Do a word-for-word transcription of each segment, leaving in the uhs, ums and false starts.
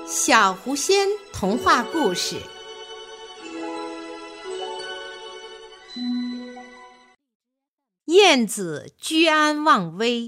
小狐仙童话故事。燕子居安望危。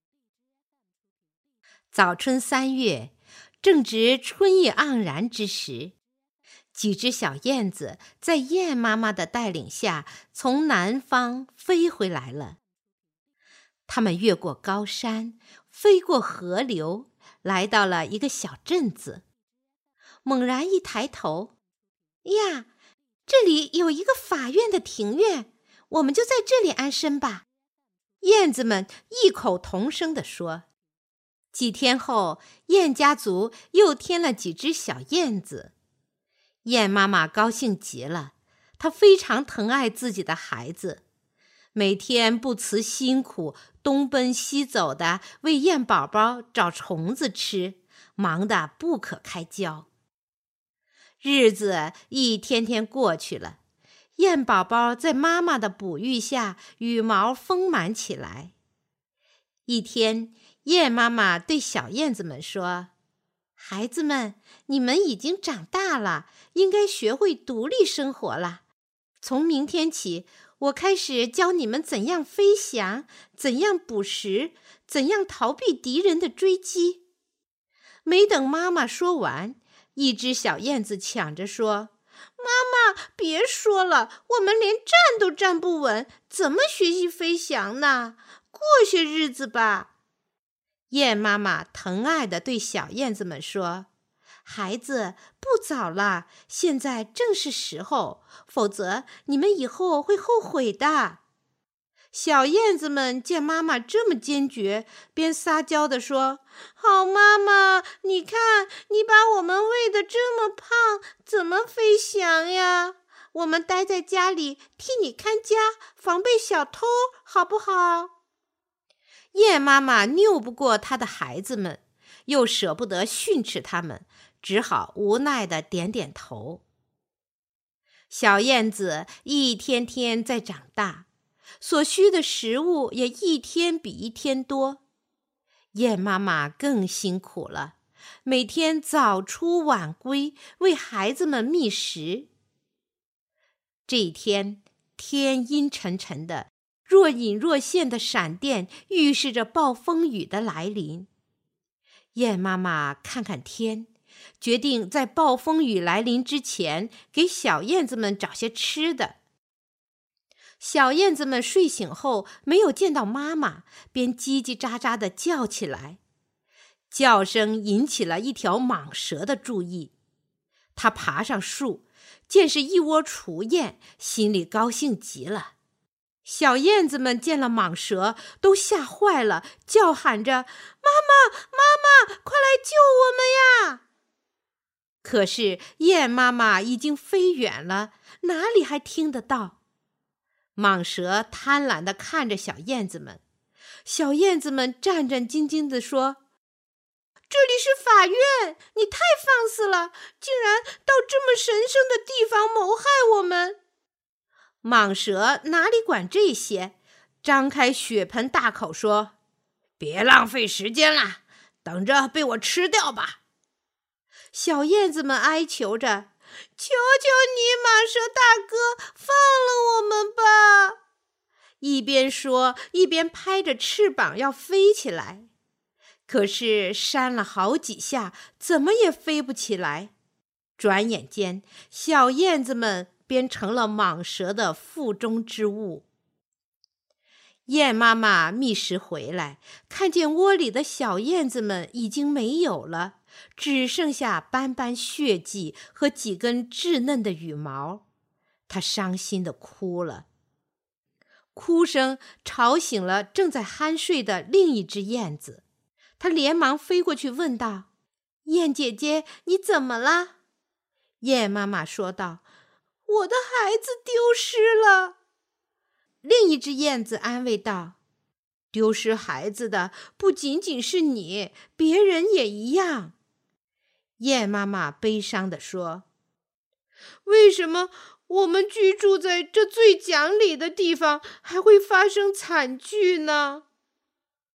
早春三月，正值春意盎然之时，几只小燕子在燕妈妈的带领下从南方飞回来了。它们越过高山，飞过河流，来到了一个小镇子。猛然一抬头，呀，这里有一个法院的庭院，我们就在这里安身吧。燕子们异口同声地说。几天后，燕家族又添了几只小燕子。燕妈妈高兴极了，她非常疼爱自己的孩子，每天不辞辛苦，东奔西走地为燕宝宝找虫子吃，忙得不可开交。日子一天天过去了，燕宝宝在妈妈的哺育下羽毛丰满起来。一天，燕妈妈对小燕子们说：孩子们，你们已经长大了，应该学会独立生活了。从明天起，我开始教你们怎样飞翔，怎样捕食，怎样逃避敌人的追击。没等妈妈说完，一只小燕子抢着说：妈妈，别说了，我们连站都站不稳，怎么学习飞翔呢？过些日子吧。燕妈妈疼爱地对小燕子们说：孩子，不早了，现在正是时候，否则你们以后会后悔的。小燕子们见妈妈这么坚决，便撒娇地说：好妈妈，你看，你把我们喂得这么胖，怎么飞翔呀？我们待在家里替你看家，防备小偷，好不好？燕妈妈拗不过她的孩子们，又舍不得训斥他们，只好无奈地点点头。小燕子一天天在长大，所需的食物也一天比一天多。燕妈妈更辛苦了，每天早出晚归，为孩子们觅食。这一天，天阴沉沉的，若隐若现的闪电预示着暴风雨的来临。燕妈妈看看天，决定在暴风雨来临之前给小燕子们找些吃的。小燕子们睡醒后没有见到妈妈，便叽叽喳喳地叫起来。叫声引起了一条蟒蛇的注意，它爬上树，见是一窝雏燕，心里高兴极了。小燕子们见了蟒蛇，都吓坏了，叫喊着：妈妈，妈妈，快来救我们呀！可是燕妈妈已经飞远了，哪里还听得到？蟒蛇贪婪地看着小燕子们，小燕子们战战兢兢地说：这里是法院，你太放肆了，竟然到这么神圣的地方谋害我们！蟒蛇哪里管这些，张开血盆大口说：别浪费时间了，等着被我吃掉吧！小燕子们哀求着：求求你，蟒蛇大哥，放了我们吧！一边说，一边拍着翅膀要飞起来。可是扇了好几下，怎么也飞不起来。转眼间，小燕子们便成了蟒蛇的腹中之物。燕妈妈觅食回来，看见窝里的小燕子们已经没有了，只剩下斑斑血迹和几根稚嫩的羽毛。她伤心地哭了。哭声吵醒了正在酣睡的另一只燕子，她连忙飞过去问道：燕姐姐，你怎么了？燕妈妈说道：我的孩子丢失了。另一只燕子安慰道：丢失孩子的不仅仅是你，别人也一样。燕妈妈悲伤地说：为什么我们居住在这最讲理的地方，还会发生惨剧呢？